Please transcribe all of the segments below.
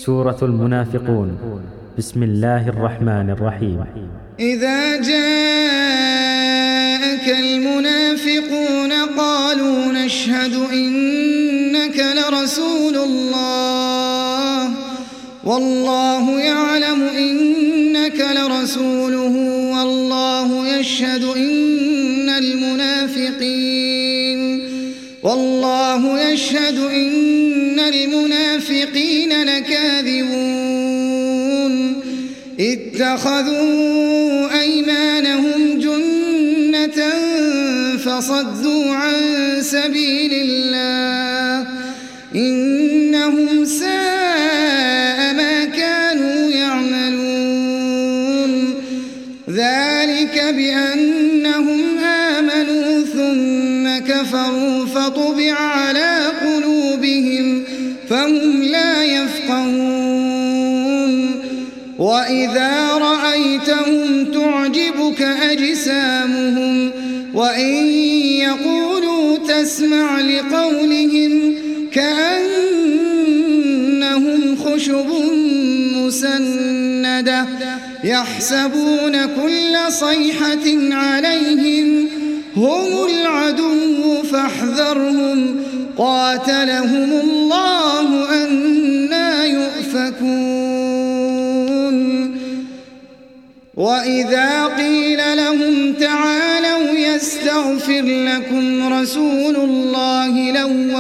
سورة المنافقون. بسم الله الرحمن الرحيم. إذا جاءك المنافقون قالوا نشهد إنك لرسول الله والله يعلم إنك لرسوله والله يشهد إن المنافقين لكاذبون اتخذوا أيمانهم جنة فصدوا عن سبيل الله إنهم ساء ما كانوا يعملون ذلك بأنهم آمنوا ثم كفروا فطبع على قلوبهم فهم لا يفقهون وإذا رأيتهم تعجبك أجسامهم وإن يقولوا تسمع لقولهم كأنهم خشب مسندة يحسبون كل صيحة عليهم هم العدو فاحذرهم قاتلهم الله أنى يؤفكون وإذا قيل لهم تعالوا يستغفر لكم رسول الله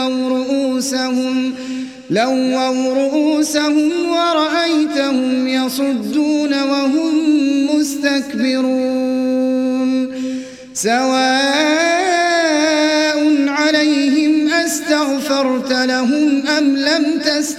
لووا رؤوسهم ورأيتهم يصدون وهم مستكبرون سواء عليهم أستغفرت لهم أم لم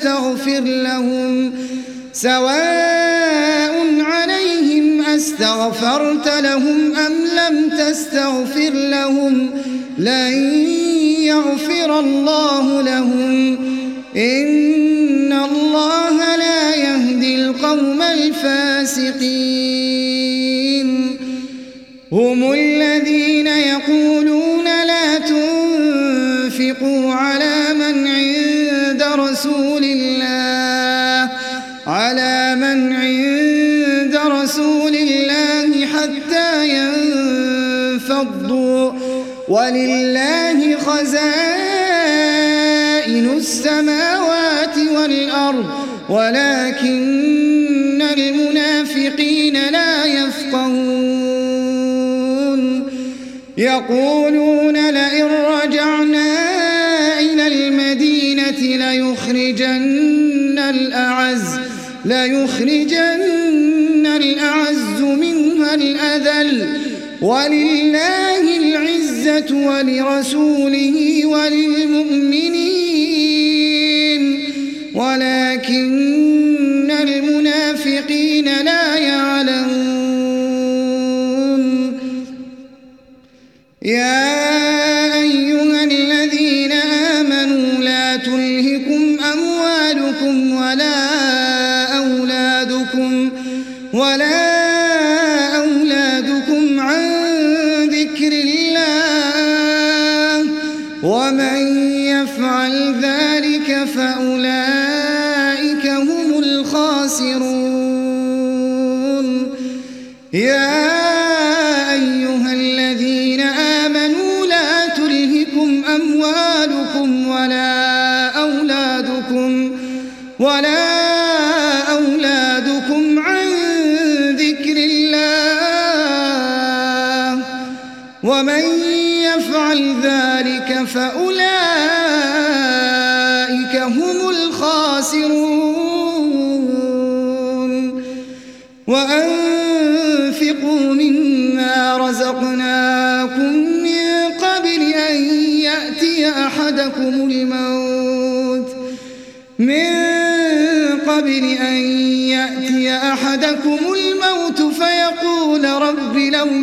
تستغفر لهم لن يغفر الله لهم إن الله لا يهدي القوم الفاسقين هم الذين يقولون لا تنفقوا على من عند رسول الله حتى ينفضوا ولله خزائن السماوات والأرض ولكن المنافقين لا يفقهون يقولون لئن رجعنا إلى المدينة ليخرجن الأعز منها الأذل ولله العزة ولرسوله وللمؤمنين ولكن المنافقين لا يعلمون يا أيها الذين آمنوا لا تلهكم أموالكم ولا أولادكم عن ذكر الله ومن يفعل ذلك فأولئك هم الخاسرون يا أيها الذين آمنوا لا تلهكم أموالكم ولا أولادكم عن ذكر الله ومن يفعل ذلك فأولئك هم الخاسرون وأنفقوا مما رزقناكم من قبل أن يأتي أحدكم الموت فيقول رب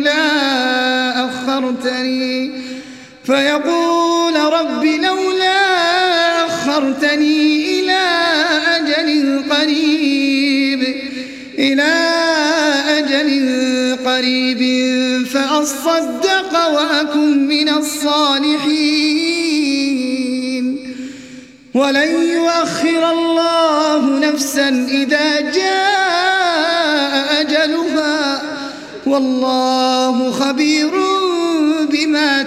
لولا أخرتني إلى أجل قريب فأصدق وأكن من الصالحين ولن يؤخر الله نفسا إذا جاء أجلها والله خبير بما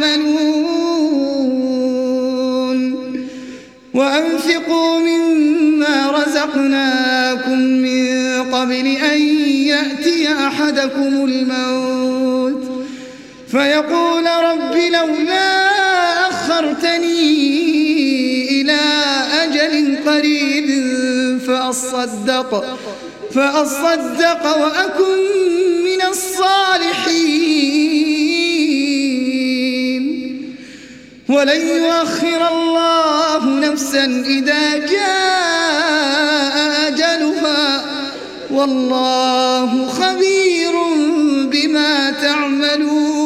تعملون وأنفقوا مما رزقناكم من قبل أن يأتي أحدكم الموت فيقول رب لولا أخرتني إلى أجل قريب فأصدق وأكن من الصالحين ولن يؤخر الله نفسا إذا جاء أجلها والله خبير بما تعملون